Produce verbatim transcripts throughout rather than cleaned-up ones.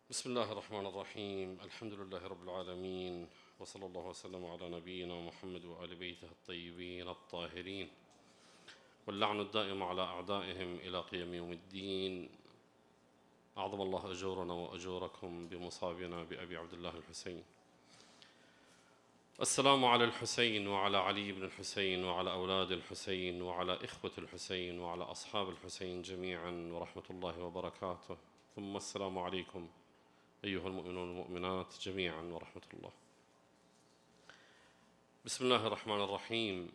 بسم الله الرحمن الرحيم. الحمد لله رب العالمين، وصلى الله وسلم على نبينا محمد وآل بيته الطيبين الطاهرين، واللعن الدائم على أعدائهم إلى قيام يوم الدين. أعظم الله أجورنا وأجوركم بمصابنا بأبي عبد الله الحسين. السلام على الحسين وعلى علي بن الحسين وعلى أولاد الحسين وعلى إخوة الحسين وعلى أصحاب الحسين جميعا ورحمة الله وبركاته. ثم السلام عليكم أيها المؤمنون والمؤمنات جميعا ورحمة الله. بسم الله الرحمن الرحيم.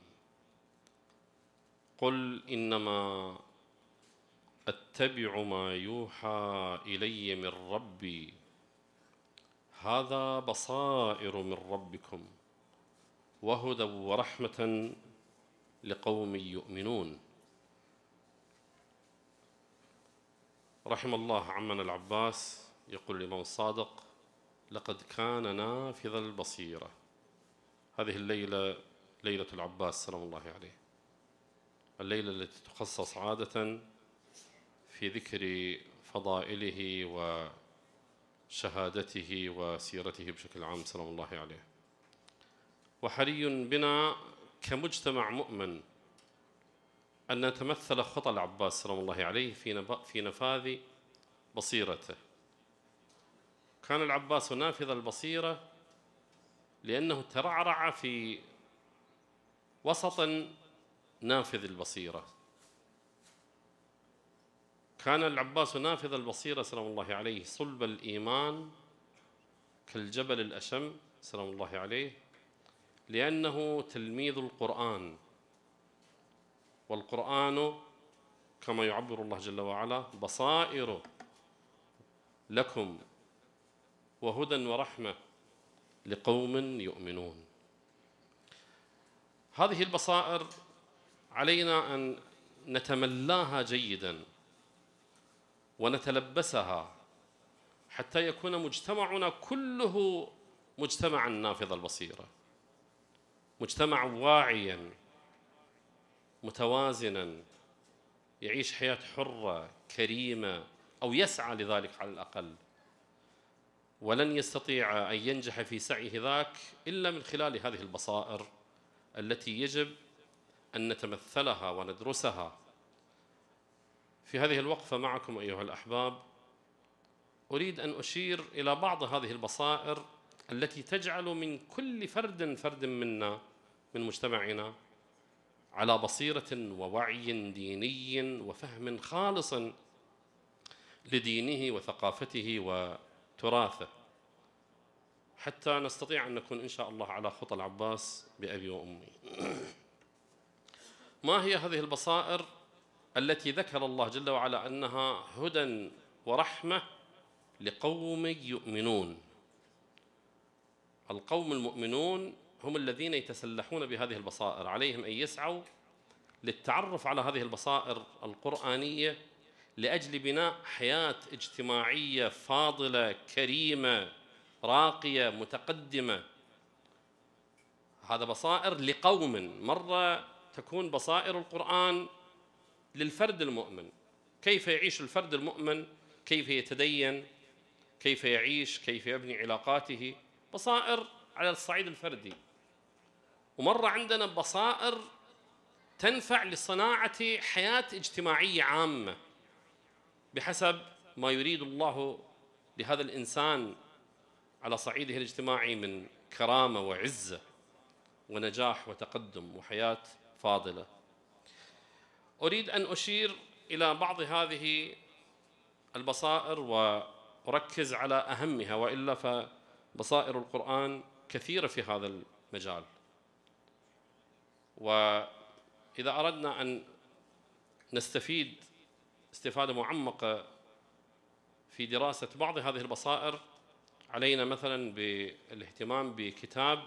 قل إنما أتبع ما يوحى إلي من ربي هذا بصائر من ربكم وهدى ورحمة لقوم يؤمنون. رحم الله عمنا العباس يقول الإمام الصادق: لقد كان نافذ البصيرة. هذه الليلة ليلة العباس سلام الله عليه، الليلة التي تخصص عادة في ذكر فضائله وشهادته وسيرته بشكل عام سلام الله عليه. وحري بنا كمجتمع مؤمن أن نتمثل خطى العباس سلام الله عليه في نفاذ بصيرته. كان العباس نافذ البصيرة لأنه ترعرع في وسط نافذ البصيرة. كان العباس نافذ البصيرة سلام الله عليه صلب الإيمان كالجبل الأشم سلام الله عليه، لأنه تلميذ القرآن، والقرآن كما يعبر الله جل وعلا بصائر لكم وهدى ورحمة لقوم يؤمنون. هذه البصائر علينا أن نتملاها جيدا ونتلبسها حتى يكون مجتمعنا كله مجتمعا نافذ البصيرة، مجتمع واعيا متوازنا يعيش حياة حرة كريمة، أو يسعى لذلك على الأقل، ولن يستطيع أن ينجح في سعيه ذاك إلا من خلال هذه البصائر التي يجب أن نتمثلها وندرسها. في هذه الوقفة معكم أيها الأحباب أريد أن أشير إلى بعض هذه البصائر التي تجعل من كل فرد فرد منا من مجتمعنا على بصيرة ووعي ديني وفهم خالص لدينه وثقافته وتراثه، حتى نستطيع أن نكون إن شاء الله على خطى العباس بأبي وأمي. ما هي هذه البصائر التي ذكر الله جل وعلا أنها هدى ورحمة لقوم يؤمنون؟ القوم المؤمنون هم الذين يتسلحون بهذه البصائر، عليهم أن يسعوا للتعرف على هذه البصائر القرآنية لأجل بناء حياة اجتماعية فاضلة كريمة راقية متقدمة. هذا بصائر لقوم. مرة تكون بصائر القرآن للفرد المؤمن، كيف يعيش الفرد المؤمن، كيف يتدين، كيف يعيش، كيف يبني علاقاته، بصائر على الصعيد الفردي. ومرة عندنا بصائر تنفع لصناعة حياة اجتماعية عامة بحسب ما يريد الله لهذا الإنسان على صعيده الاجتماعي من كرامة وعزة ونجاح وتقدم وحياة فاضلة. أريد أن أشير إلى بعض هذه البصائر وأركز على أهمها، وإلا فبصائر القرآن كثيرة في هذا المجال. وإذا أردنا أن نستفيد استفادة معمقة في دراسة بعض هذه البصائر علينا مثلا بالاهتمام بكتاب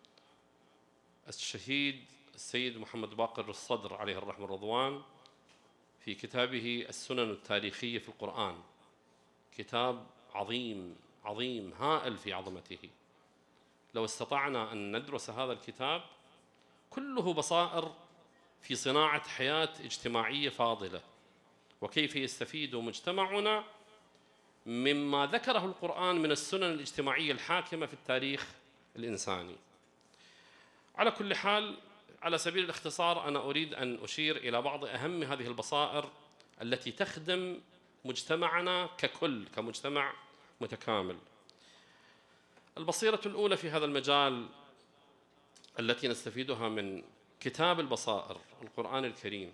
الشهيد السيد محمد باقر الصدر عليه الرحمة والرضوان في كتابه السنن التاريخية في القرآن. كتاب عظيم عظيم هائل في عظمته. لو استطعنا أن ندرس هذا الكتاب كله بصائر في صناعة حياة اجتماعية فاضلة، وكيف يستفيد مجتمعنا مما ذكره القرآن من السنن الاجتماعية الحاكمة في التاريخ الإنساني. على كل حال، على سبيل الاختصار، أنا أريد أن أشير إلى بعض أهم هذه البصائر التي تخدم مجتمعنا ككل، كمجتمع متكامل. البصيرة الأولى في هذا المجال التي نستفيدها من كتاب البصائر القرآن الكريم،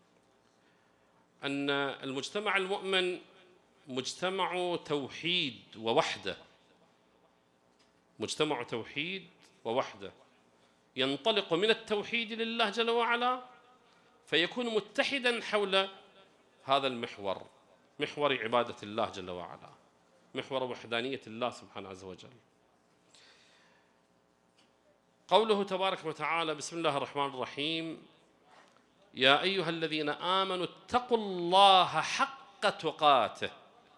أن المجتمع المؤمن مجتمع توحيد ووحدة، مجتمع توحيد ووحدة، ينطلق من التوحيد لله جل وعلا فيكون متحدا حول هذا المحور، محور عبادة الله جل وعلا، محور وحدانية الله سبحانه عز وجل. قوله تبارك وتعالى: بسم الله الرحمن الرحيم: يا أيها الذين آمنوا اتقوا الله حق تقاته.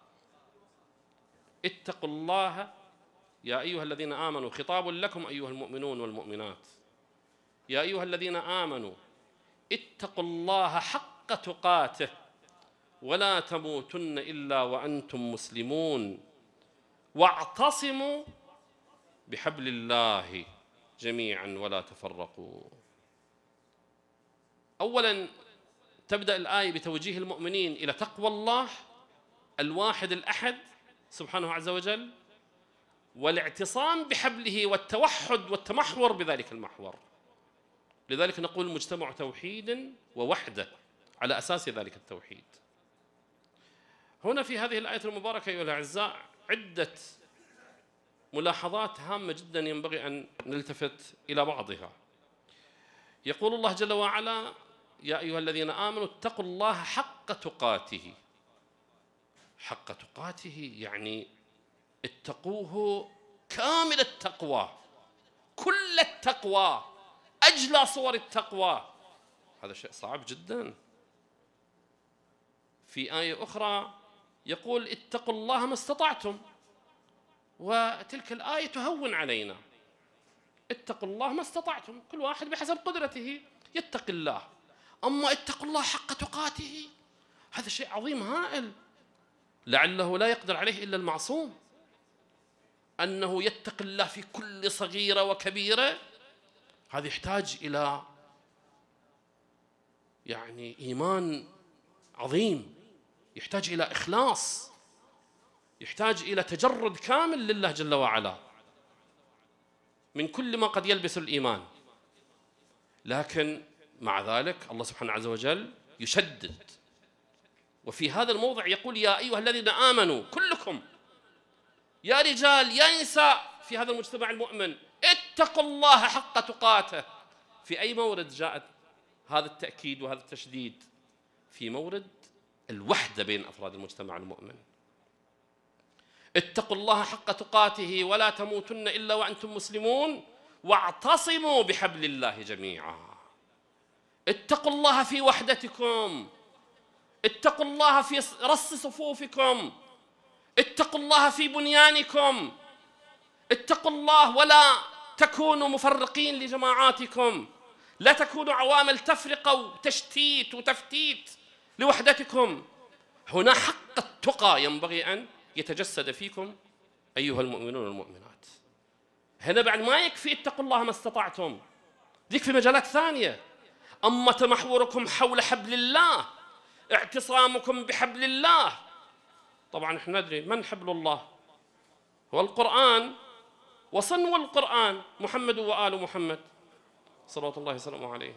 اتقوا الله، يا أيها الذين آمنوا، خطاب لكم أيها المؤمنون والمؤمنات. يا أيها الذين آمنوا اتقوا الله حق تقاته ولا تموتن إلا وأنتم مسلمون واعتصموا بحبل الله جميعا ولا تفرقوا. أولا تبدأ الآية بتوجيه المؤمنين إلى تقوى الله الواحد الأحد سبحانه عز وجل، والاعتصام بحبله والتوحد والتمحور بذلك المحور. لذلك نقول مجتمع توحيد ووحدة على أساس ذلك التوحيد. هنا في هذه الآية المباركة أيها الأعزاء عدة ملاحظات هامة جدا ينبغي أن نلتفت إلى بعضها. يقول الله جل وعلا: يا أيها الذين آمنوا اتقوا الله حق تقاته. حق تقاته يعني اتقوه كامل التقوى، كل التقوى، أجلى صور التقوى. هذا شيء صعب جدا. في آية أخرى يقول: اتقوا الله ما استطعتم، وتلك الآية تهون علينا. اتقوا الله ما استطعتم، كل واحد بحسب قدرته يتقي الله. أما اتقوا الله حق تقاته هذا شيء عظيم هائل، لعله لا يقدر عليه إلا المعصوم، أنه يتقي الله في كل صغيرة وكبيرة. هذا يحتاج إلى يعني إيمان عظيم، يحتاج إلى إخلاص، يحتاج إلى تجرد كامل لله جل وعلا من كل ما قد يلبس الإيمان. لكن مع ذلك الله سبحانه عز وجل يشدد، وفي هذا الموضع يقول: يا أيها الذين آمنوا، كلكم، يا رجال يا نساء في هذا المجتمع المؤمن، اتقوا الله حق تقاته. في أي مورد جاءت هذا التأكيد وهذا التشديد؟ في مورد الوحدة بين أفراد المجتمع المؤمن. اتقوا الله حق تقاته ولا تموتن إلا وأنتم مسلمون واعتصموا بحبل الله جميعا. اتقوا الله في وحدتكم، اتقوا الله في رص صفوفكم، اتقوا الله في بنيانكم، اتقوا الله ولا تكونوا مفرقين لجماعاتكم، لا تكونوا عوامل تفرقة وتشتيت وتفتيت لوحدتكم. هنا حق التقى ينبغي أن يتجسد فيكم أيها المؤمنون والمؤمنات. هنا بعد ما يكفي اتقوا الله ما استطعتم، ذيك في مجالات ثانية. أما تمحوركم حول حبل الله، اعتصامكم بحبل الله. طبعا احنا ندري من حبل الله هو القرآن وصنو القرآن محمد وآل محمد صلوات الله وسلامه عليه.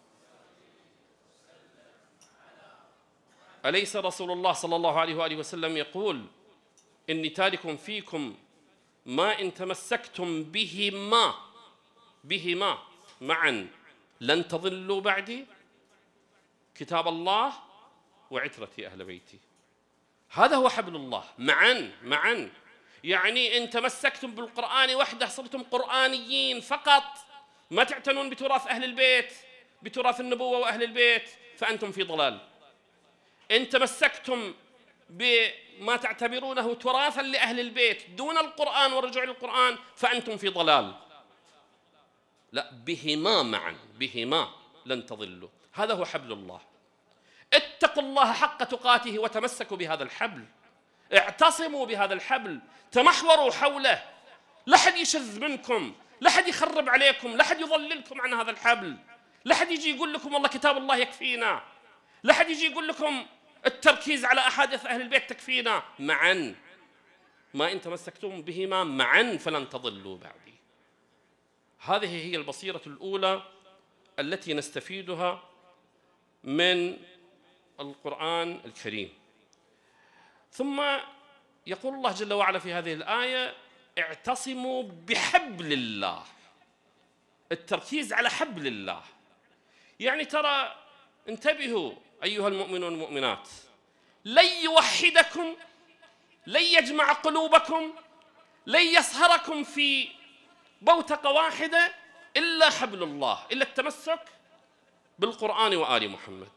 أليس رسول الله صلى الله عليه وآله وسلم يقول: إني تارك فيكم ما إن تمسكتم بهما بهما معا لن تضلوا بعدي، كتاب الله وعترتي أهل بيتي. هذا هو حبل الله، معا معا، يعني إن تمسكتم بالقرآن وحده صرتم قرآنيين فقط، ما تعتنون بتراث أهل البيت، بتراث النبوة وأهل البيت، فأنتم في ضلال. إن تمسكتم بما تعتبرونه تراثا لأهل البيت دون القرآن والرجوع للقرآن فأنتم في ضلال. لا، بهما معا، بهما لن تضلوا. هذا هو حبل الله. اتقوا الله حق تقاته وتمسكوا بهذا الحبل. اعتصموا بهذا الحبل، تمحوروا حوله، لا حد يشذ منكم، لا حد يخرب عليكم، لا حد يضللكم عن هذا الحبل، لا حد يجي يقول لكم والله كتاب الله يكفينا، لا حد يجي يقول لكم التركيز على أحاديث أهل البيت تكفينا. معا ما إن تمسكتم بهما معا فلن تضلوا بعدي. هذه هي البصيرة الأولى التي نستفيدها من القرآن الكريم. ثم يقول الله جل وعلا في هذه الآية: اعتصموا بحبل الله. التركيز على حبل الله، يعني ترى انتبهوا أيها المؤمنون والمؤمنات، لن يوحدكم، لن يجمع قلوبكم، لن يصهركم في بوتقة واحدة إلا حبل الله، إلا التمسك بالقرآن وآل محمد.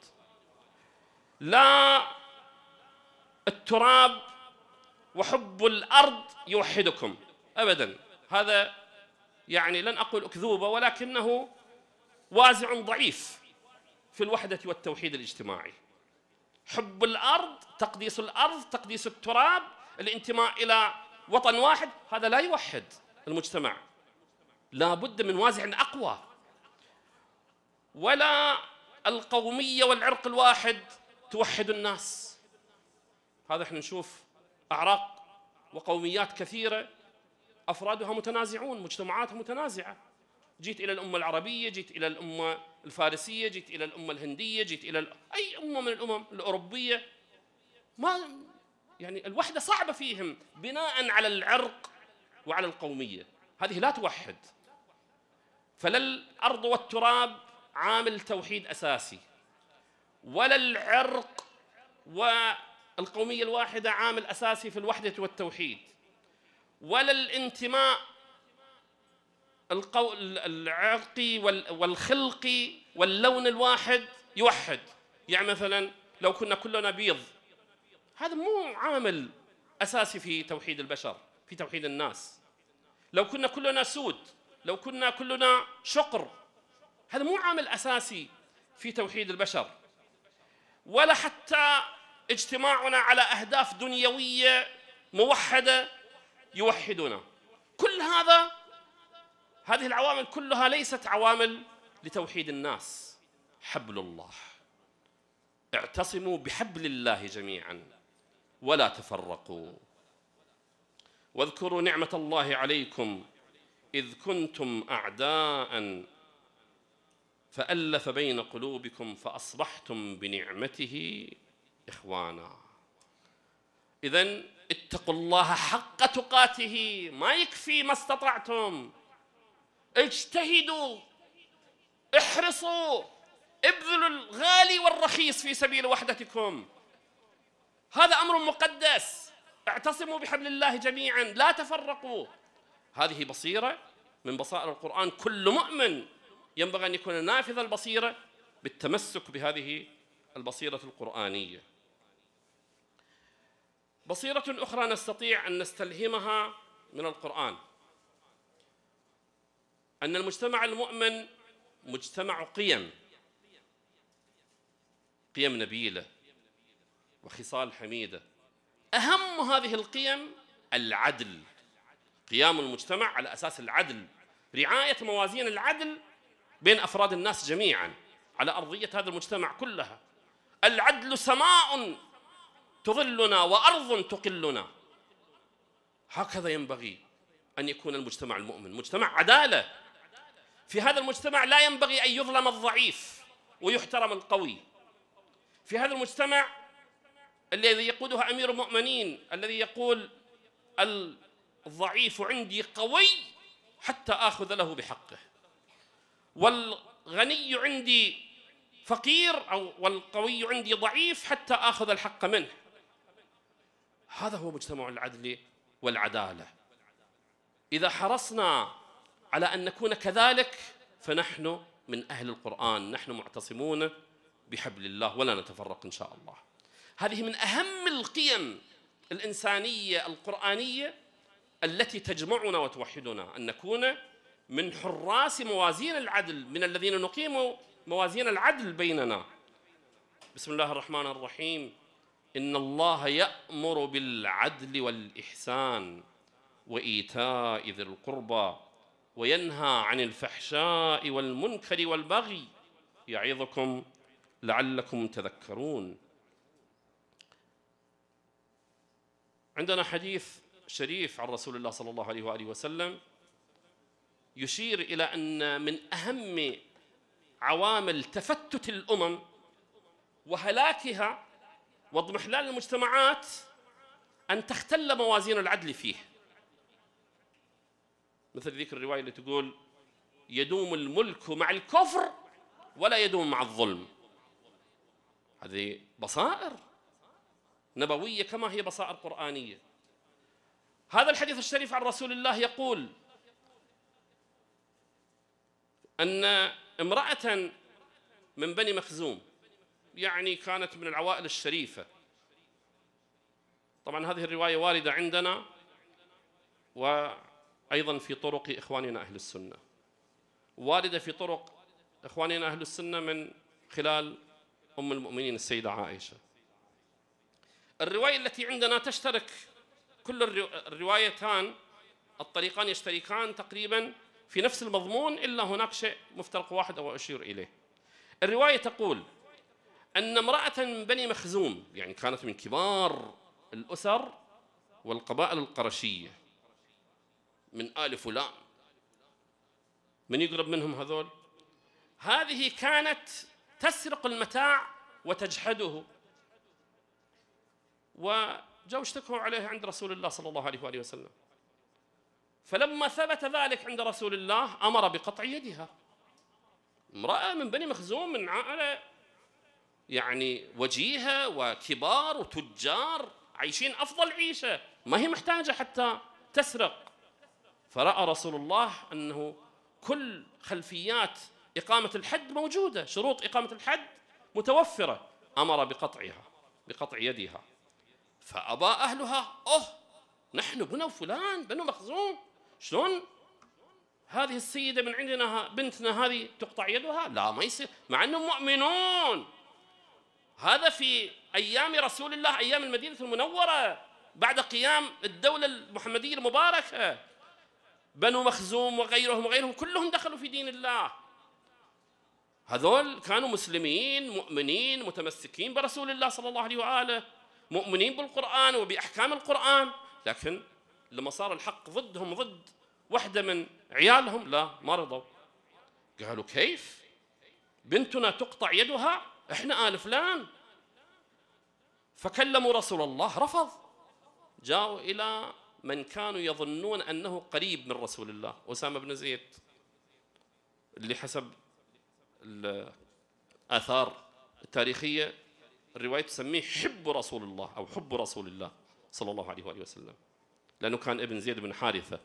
لا التراب وحب الأرض يوحدكم أبدا، هذا يعني لن أقول أكذوبة، ولكنه وازع ضعيف في الوحدة والتوحيد الاجتماعي. حب الأرض، تقديس الأرض، تقديس التراب، الانتماء إلى وطن واحد، هذا لا يوحد المجتمع، لا بد من وازع أقوى. ولا القومية والعرق الواحد توحد الناس، هذا احنا نشوف أعراق وقوميات كثيرة أفرادها متنازعون، مجتمعاتها متنازعة. جيت إلى الأمة العربية، جيت إلى الأمة الفارسية، جيت إلى الأمة الهندية، جيت إلى أي أمة من الأمم الأوروبية، ما يعني الوحدة صعبة فيهم بناء على العرق وعلى القومية، هذه لا توحد. فلا الأرض والتراب عامل توحيد أساسي، ولا العرق والقومية الواحدة عامل أساسي في الوحدة والتوحيد، ولا الانتماء العرقي والخلقي واللون الواحد يوحد. يعني مثلا لو كنا كلنا بيض، هذا مو عامل أساسي في توحيد البشر، في توحيد الناس. لو كنا كلنا سود، لو كنا كلنا شقر، هذا مو عامل أساسي في توحيد البشر. ولا حتى اجتماعنا على أهداف دنيوية موحدة يوحدنا. كل هذا، هذه العوامل كلها ليست عوامل لتوحيد الناس. حبل الله، اعتصموا بحبل الله جميعا ولا تفرقوا. واذكروا نعمة الله عليكم إذ كنتم أعداء فألف بين قلوبكم فأصبحتم بنعمته إخوانا. إذن اتقوا الله حق تقاته، ما يكفي ما استطعتم، اجتهدوا، احرصوا، ابذلوا الغالي والرخيص في سبيل وحدتكم، هذا أمر مقدس. اعتصموا بحبل الله جميعا لا تفرقوا. هذه بصيرة من بصائر القرآن، كل مؤمن ينبغي أن يكون نافذ البصيرة بالتمسك بهذه البصيرة القرآنية. بصيرة أخرى نستطيع أن نستلهمها من القرآن، أن المجتمع المؤمن مجتمع قيم، قيم نبيلة وخصال حميدة. أهم هذه القيم العدل، قيام المجتمع على أساس العدل، رعاية موازين العدل بين أفراد الناس جميعا على أرضية هذا المجتمع كلها. العدل سماء تظلنا وأرض تقلنا، هكذا ينبغي أن يكون المجتمع المؤمن، مجتمع عدالة. في هذا المجتمع لا ينبغي أن يظلم الضعيف ويحترم القوي. في هذا المجتمع الذي يقوده أمير المؤمنين الذي يقول الضعيف عندي قوي حتى آخذ له بحقه، والغني عندي فقير، أو والقوي عندي ضعيف حتى آخذ الحق منه. هذا هو مجتمع العدل والعدالة. إذا حرصنا على أن نكون كذلك فنحن من أهل القرآن، نحن معتصمون بحبل الله ولا نتفرق إن شاء الله. هذه من أهم القيم الإنسانية القرآنية التي تجمعنا وتوحدنا، أن نكون من حراس موازين العدل، من الذين نقيم موازين العدل بيننا. بسم الله الرحمن الرحيم. إن الله يأمر بالعدل والإحسان وإيتاء ذي القربى وينهى عن الفحشاء والمنكر والبغي يعظكم لعلكم تذكرون. عندنا حديث شريف عن رسول الله صلى الله عليه وآله وسلم يشير إلى أن من أهم عوامل تفتت الأمم وهلاكها واضمحلال المجتمعات أن تختل موازين العدل فيه، مثل ذيك الرواية اللي تقول يدوم الملك مع الكفر ولا يدوم مع الظلم. هذه بصائر نبوية كما هي بصائر قرآنية. هذا الحديث الشريف عن رسول الله يقول أن امرأة من بني مخزوم، يعني كانت من العوائل الشريفة، طبعا هذه الرواية واردة عندنا وأيضا في طرق إخواننا أهل السنة، واردة في طرق إخواننا أهل السنة من خلال أم المؤمنين السيدة عائشة. الرواية التي عندنا تشترك كل الروايتان، الطريقان يشتركان تقريبا في نفس المضمون، إلا هناك شيء مفترق واحد أو أشير إليه. الرواية تقول أن امرأة من بني مخزوم، يعني كانت من كبار الأسر والقبائل القرشية من آل فلان، من يقرب منهم هذول، هذه كانت تسرق المتاع وتجحده، وجاءوا اشتكوا عليها عند رسول الله صلى الله عليه وآله وسلم، فلما ثبت ذلك عند رسول الله أمر بقطع يدها. امرأة من بني مخزوم من عائلة يعني وجيهة وكبار وتجار عايشين أفضل عيشة، ما هي محتاجة حتى تسرق. فرأى رسول الله أنه كل خلفيات إقامة الحد موجودة، شروط إقامة الحد متوفرة، أمر بقطعها بقطع يدها. فأبى أهلها، أوه نحن بنو فلان بنو مخزوم، شلون هذه السيدة من عندنا بنتنا هذه تقطع يدها؟ لا ما يصير، مع أنهم مؤمنون. هذا في أيام رسول الله، أيام المدينة المنورة بعد قيام الدولة المحمدية المباركة، بنو مخزوم وغيرهم وغيرهم كلهم دخلوا في دين الله. هذول كانوا مسلمين مؤمنين متمسكين برسول الله صلى الله عليه وآله، مؤمنين بالقرآن وبأحكام القرآن، لكن لما صار الحق ضدهم ضد واحدة من عيالهم لا ما رضوا، قالوا كيف بنتنا تقطع يدها، احنا آل فلان. فكلموا رسول الله رفض. جاءوا إلى من كانوا يظنون أنه قريب من رسول الله، أسامة بن زيد، اللي حسب الآثار التاريخية الرواية تسميه حب رسول الله أو حب رسول الله صلى الله عليه وآله وسلم، لأنه كان ابن زيد بن حارثة.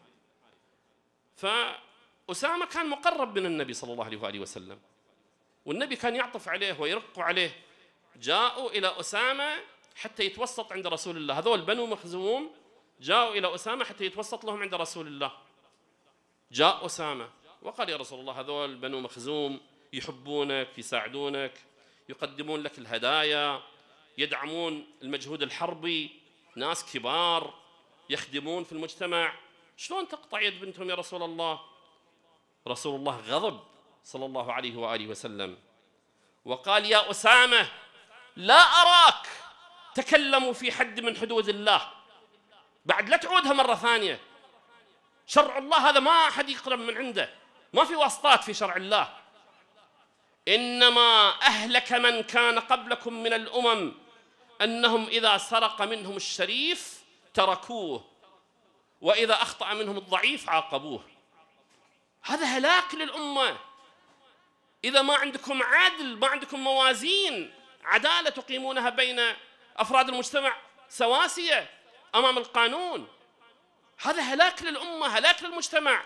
فأسامة كان مقرب من النبي صلى الله عليه وآله وسلم، والنبي كان يعطف عليه ويرق عليه. جاءوا إلى أسامة حتى يتوسط عند رسول الله، هذول بنو مخزوم جاءوا إلى أسامة حتى يتوسط لهم عند رسول الله. جاء أسامة وقال يا رسول الله هذول بنو مخزوم يحبونك يساعدونك يقدمون لك الهدايا يدعمون المجهود الحربي، ناس كبار يخدمون في المجتمع، شلون تقطع يد بنتهم يا رسول الله؟ رسول الله غضب صلى الله عليه وآله وسلم وقال يا أسامة لا أراك تكلموا في حد من حدود الله، بعد لا تعودها مرة ثانية. شرع الله هذا ما أحد يقرب من عنده، ما في واسطات في شرع الله. إنما أهلك من كان قبلكم من الأمم أنهم إذا سرق منهم الشريف تركوه وإذا أخطأ منهم الضعيف عاقبوه. هذا هلاك للأمة. إذا ما عندكم عدل، ما عندكم موازين عدالة تقيمونها بين أفراد المجتمع سواسية أمام القانون، هذا هلاك للأمة، هلاك للمجتمع.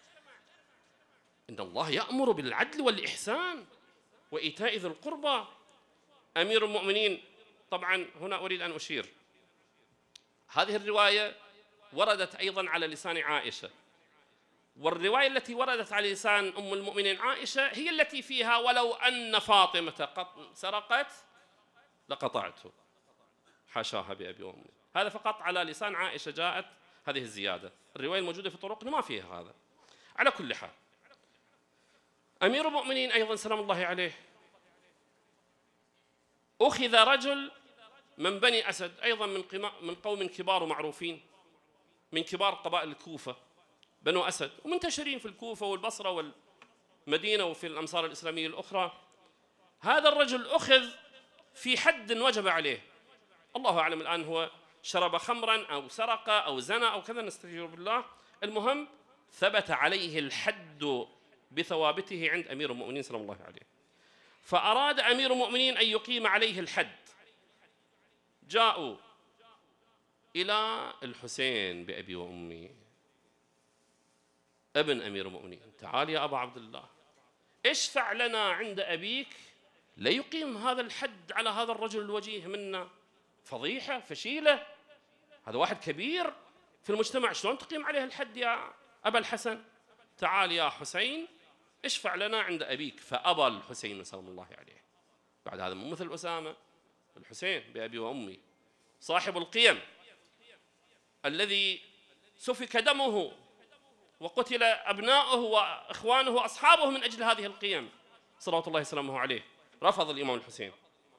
إن الله يأمر بالعدل والإحسان وإيتاء ذي القربى. أمير المؤمنين، طبعا هنا أريد أن أشير، هذه الرواية وردت أيضا على لسان عائشة، والرواية التي وردت على لسان أم المؤمنين عائشة هي التي فيها ولو أن فاطمة سرقت لقطعته. حاشاها بأبي وأمي. هذا فقط على لسان عائشة جاءت هذه الزيادة، الرواية الموجودة في طرقنا ما فيها هذا. على كل حال، أمير المؤمنين أيضا سلام الله عليه أخذ رجل من بني أسد، أيضا من من قوم كبار ومعروفين، من كبار قبائل الكوفة، بنو أسد، ومنتشرين في الكوفة والبصرة والمدينة وفي الأمصار الإسلامية الأخرى. هذا الرجل أخذ في حد وجب عليه، الله أعلم الآن هو شرب خمرا أو سرق أو زنى أو كذا، نستغفر بالله. المهم ثبت عليه الحد بثوابته عند أمير المؤمنين سلام الله عليه، فأراد أمير المؤمنين أن يقيم عليه الحد. جاءوا إلى الحسين بأبي وأمي ابن أمير المؤمنين، تعال يا أبا عبد الله اشفع لنا عند أبيك ليقيم هذا الحد على هذا الرجل الوجيه منا، فضيحة فشيلة، هذا واحد كبير في المجتمع، شلون تقيم عليه الحد يا أبا الحسن؟ تعال يا حسين اشفع لنا عند أبيك. فأبى الحسين سلام الله عليه. بعد هذا مو مثل أسامة، الحسين بأبي وأمي صاحب القيم الذي سفك دمه وقتل أبناؤه وإخوانه وأصحابه من أجل هذه القيم صلوات الله وسلامه عليه. رفض الإمام الحسين،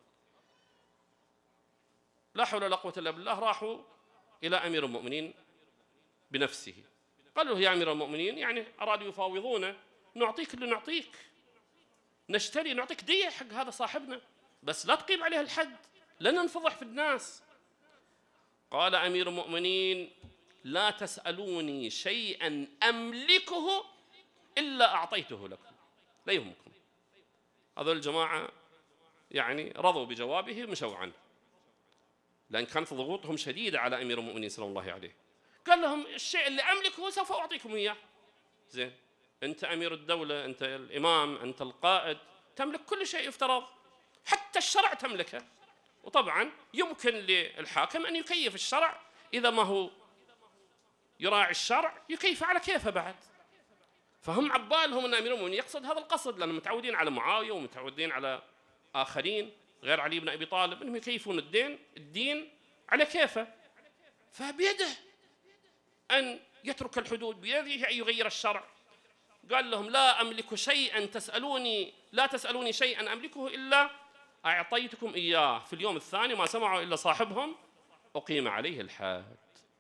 لا حول ولا قوة إلا بالله. راحوا إلى أمير المؤمنين بنفسه، قالوا له يا أمير المؤمنين، يعني أرادوا يفاوضونه، نعطيك اللي نعطيك، نشتري نعطيك دية حق هذا صاحبنا، بس لا تقيم عليه الحد، لن ننفضح في الناس. قال أمير المؤمنين لا تسألوني شيئا أملكه إلا أعطيته لكم، لا يهمكم. هذول الجماعة يعني رضوا بجوابه ومشوا عنه، لأن كانت ضغوطهم شديدة على أمير المؤمنين سلام الله عليه. قال لهم الشيء اللي أملكه سوف أعطيكم إياه. زين، أنت أمير الدولة، أنت الإمام، أنت القائد، تملك كل شيء يفترض، حتى الشرع تملكه. وطبعا يمكن للحاكم أن يكيف الشرع، إذا ما هو يراعي الشرع يكيف على كيفه بعد. فهم عبالهم أن أمير المؤمنين يقصد هذا القصد، لأنهم متعودين على معاوية ومتعودين على آخرين غير علي بن أبي طالب أنهم يكيفون الدين الدين على كيفه. فبيده أن يترك الحدود، بيده أن يغير الشرع. قال لهم لا أملك شيئا تسألوني لا تسألوني شيئا أملكه إلا أعطيتكم إياه. في اليوم الثاني ما سمعوا إلا صاحبهم أقيم عليه الحد.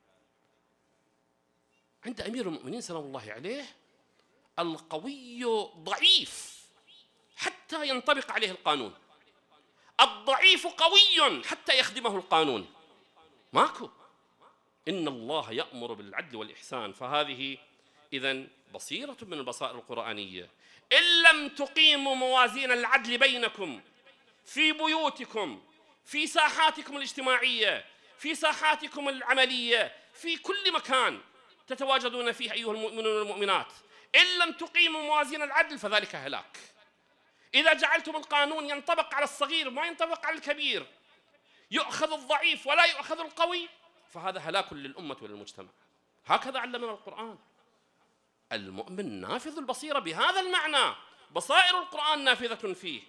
عند أمير المؤمنين سلام الله عليه القوي ضعيف حتى ينطبق عليه القانون، الضعيف قوي حتى يخدمه القانون، ماكو. إن الله يأمر بالعدل والإحسان. فهذه إذن بصيرة من البصائر القرآنية. إن لم تقيموا موازين العدل بينكم في بيوتكم، في ساحاتكم الاجتماعية، في ساحاتكم العملية، في كل مكان تتواجدون فيه أيها المؤمنون والمؤمنات، إن لم تقيموا موازين العدل فذلك هلاك. إذا جعلتم القانون ينطبق على الصغير ما ينطبق على الكبير، يؤخذ الضعيف ولا يؤخذ القوي، فهذا هلاك للأمة وللمجتمع. هكذا علمنا القرآن. المؤمن نافذ البصيرة بهذا المعنى، بصائر القرآن نافذة فيه.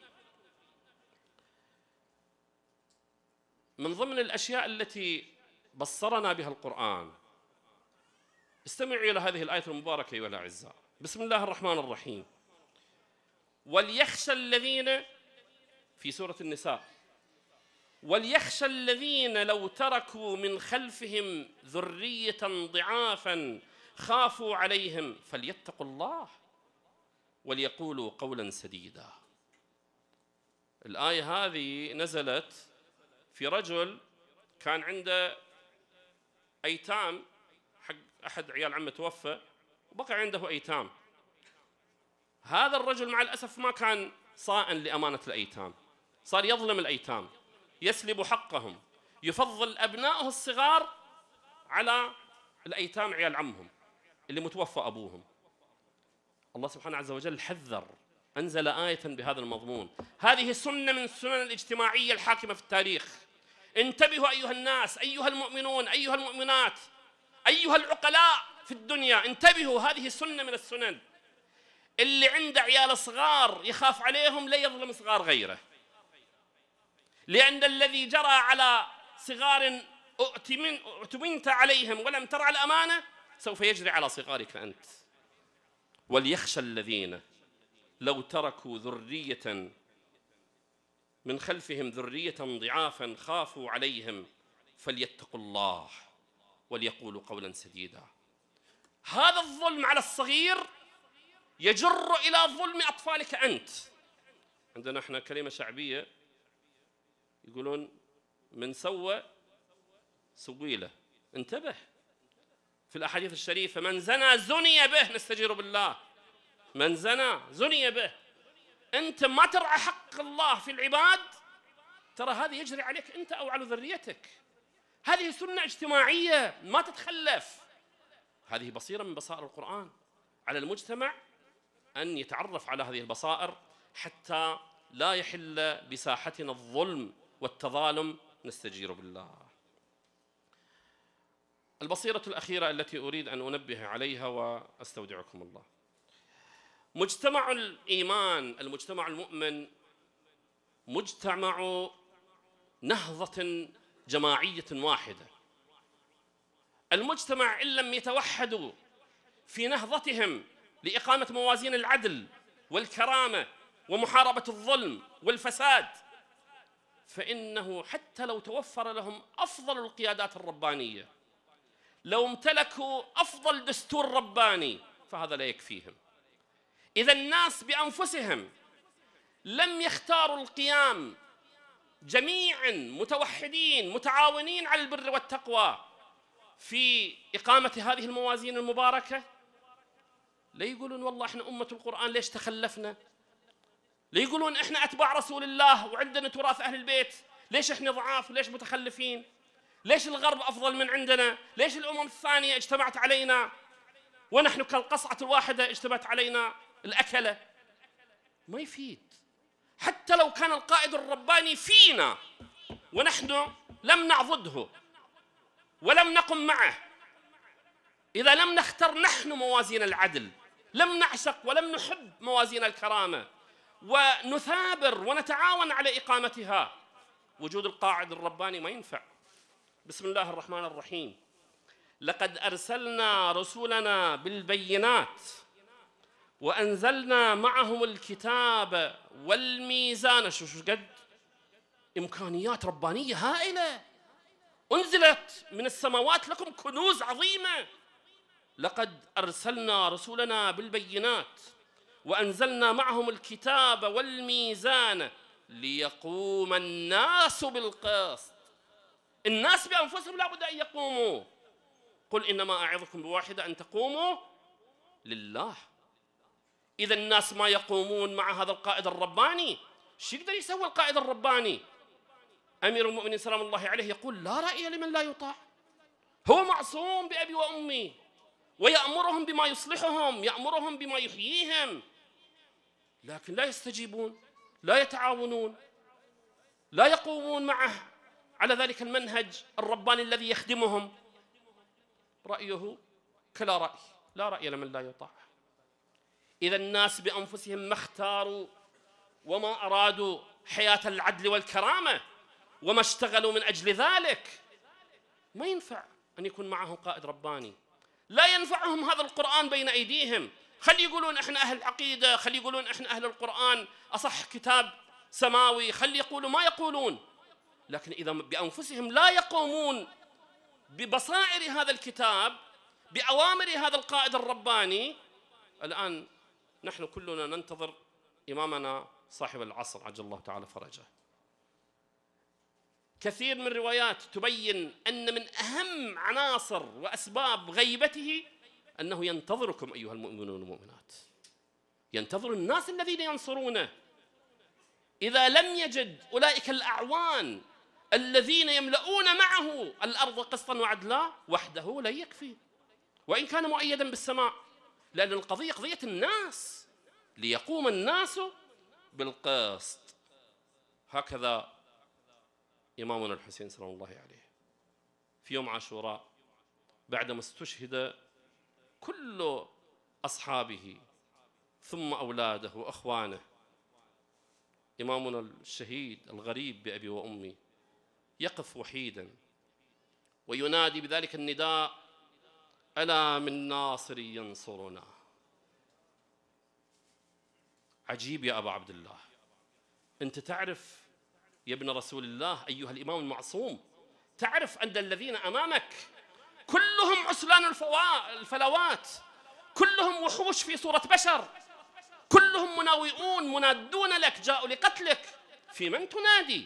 من ضمن الأشياء التي بصرنا بها القرآن، استمعوا إلى هذه الآية المباركة أيها الأعزاء. بسم الله الرحمن الرحيم. وليخشى الذين، في سورة النساء، وليخشى الذين لو تركوا من خلفهم ذرية ضعافا خافوا عليهم فليتقوا الله وليقولوا قولا سديدا. الآية هذه نزلت في رجل كان عنده أيتام، حق أحد عيال عمه توفى وبقى عنده أيتام. هذا الرجل مع الأسف ما كان صائن لأمانة الأيتام، صار يظلم الأيتام، يسلب حقهم، يفضل أبنائه الصغار على الأيتام عيال عمهم اللي متوفى أبوهم. الله سبحانه عز وجل حذر، أنزل آية بهذا المضمون. هذه سنة من السنن الاجتماعية الحاكمة في التاريخ. انتبهوا أيها الناس، أيها المؤمنون، أيها المؤمنات، أيها العقلاء في الدنيا، انتبهوا، هذه سنة من السنن. اللي عنده عيال صغار يخاف عليهم لا يظلم صغار غيره، لأن الذي جرى على صغار أؤتمن أؤتمنت عليهم ولم ترعى الأمانة سوف يجري على صغارك أنت. وليخشى الذين لو تركوا ذرية من خلفهم ذرية ضعافا خافوا عليهم فليتقوا الله وليقولوا قولا سديدا. هذا الظلم على الصغير يجر إلى ظلم أطفالك أنت. عندنا احنا كلمة شعبية يقولون من سوى سويله. انتبه، في الأحاديث الشريفة من زنى زني به، نستجير بالله، من زنى زني به. أنت ما ترعى حق الله في العباد، ترى هذا يجري عليك أنت أو على ذريتك. هذه سنة اجتماعية ما تتخلف. هذه بصيرة من بصائر القرآن. على المجتمع أن يتعرف على هذه البصائر حتى لا يحل بساحتنا الظلم والتظالم، نستجير بالله. البصيرة الأخيرة التي أريد أن أنبه عليها وأستودعكم الله. مجتمع الإيمان، المجتمع المؤمن، مجتمع نهضة جماعية واحدة. المجتمع إن لم يتوحدوا في نهضتهم لإقامة موازين العدل والكرامة ومحاربة الظلم والفساد، فإنه حتى لو توفر لهم أفضل القيادات الربانية، لو امتلكوا أفضل دستور رباني، فهذا لا يكفيهم. إذا الناس بأنفسهم لم يختاروا القيام جميعاً متوحدين متعاونين على البر والتقوى في إقامة هذه الموازين المباركة، لا يقولون والله إحنا أمة القرآن ليش تخلفنا، لا يقولون إحنا أتباع رسول الله وعندنا تراث أهل البيت ليش إحنا ضعاف وليش متخلفين، ليش الغرب أفضل من عندنا، ليش الأمم الثانية اجتمعت علينا ونحن كالقصعة الواحدة اجتمعت علينا الأكلة. ما يفيد. حتى لو كان القائد الرباني فينا ونحن لم نعضده ولم نقم معه، إذا لم نختر نحن موازين العدل، لم نعشق ولم نحب موازين الكرامة ونثابر ونتعاون على إقامتها، وجود القائد الرباني ما ينفع. بسم الله الرحمن الرحيم. لقد أرسلنا رسلنا بالبينات وأنزلنا معهم الكتاب والميزان. شو شو قد إمكانيات ربانية هائلة أنزلت من السماوات لكم كنوز عظيمة. لقد أرسلنا رسلنا بالبينات وأنزلنا معهم الكتاب والميزان ليقوم الناس بالقسط. الناس بأنفسهم لا بد أن يقوموا. قل إنما أعظكم بواحدة أن تقوموا لله. إذا الناس ما يقومون مع هذا القائد الرباني، شو يقدر يسوي القائد الرباني؟ أمير المؤمنين سلام الله عليه يقول لا رأي لمن لا يطاع. هو معصوم بأبي وأمي ويأمرهم بما يصلحهم، يأمرهم بما يحييهم، لكن لا يستجيبون، لا يتعاونون، لا يقومون معه على ذلك المنهج الرباني الذي يخدمهم. رأيه كلا رأي، لا رأي لمن لا يطاع. إذا الناس بأنفسهم ما اختاروا وما أرادوا حياة العدل والكرامة وما اشتغلوا من أجل ذلك، ما ينفع أن يكون معهم قائد رباني. لا ينفعهم هذا القرآن بين أيديهم. خلي يقولون إحنا أهل عقيدة، خلي يقولون إحنا أهل القرآن، أصح كتاب سماوي، خلي يقولوا ما يقولون، لكن إذا بأنفسهم لا يقومون ببصائر هذا الكتاب، بأوامر هذا القائد الرباني. الآن نحن كلنا ننتظر إمامنا صاحب العصر عجل الله تعالى فرجه. كثير من الروايات تبين أن من أهم عناصر وأسباب غيبته أنه ينتظركم أيها المؤمنون والمؤمنات، ينتظر الناس الذين ينصرونه. إذا لم يجد أولئك الأعوان الذين يملؤون معه الأرض قسطا وعدلا وحده لا يكفي، وإن كان مؤيدا بالسماء، لأن القضية قضية الناس، ليقوم الناس بالقسط. هكذا إمامنا الحسين سلام الله عليه في يوم عاشوراء بعدما استشهد كل أصحابه ثم أولاده وأخوانه، إمامنا الشهيد الغريب بأبي وأمي يقف وحيدا وينادي بذلك النداء: ألا من ناصر ينصرنا. عجيب يا أبا عبد الله، أنت تعرف يا ابن رسول الله أيها الإمام المعصوم، تعرف أن الذين أمامك كلهم عسلان الفلوات، كلهم وحوش في صورة بشر، كلهم مناوئون منادون لك، جاءوا لقتلك، في من تنادي؟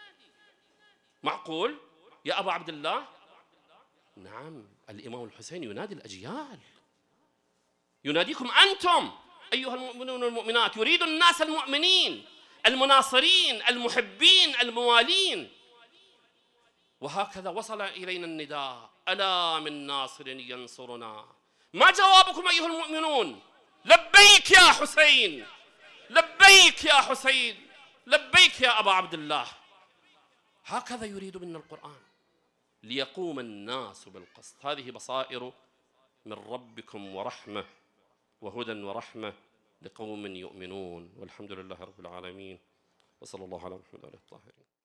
معقول يا أبا عبد الله؟ نعم، الإمام الحسين ينادي الأجيال، يناديكم أنتم أيها المؤمنون والمؤمنات، يريد الناس المؤمنين المناصرين المحبين الموالين. وهكذا وصل إلينا النداء: ألا من ناصر ينصرنا. ما جوابكم أيها المؤمنون؟ لبيك يا حسين، لبيك يا حسين، لبيك يا أبا عبد الله. هكذا يريد منا القرآن، ليقوم الناس بالقسط. هذه بصائر من ربكم ورحمة وهدى ورحمة لقوم يؤمنون. والحمد لله رب العالمين، وصلى الله على محمد وعلى آله الطاهرين.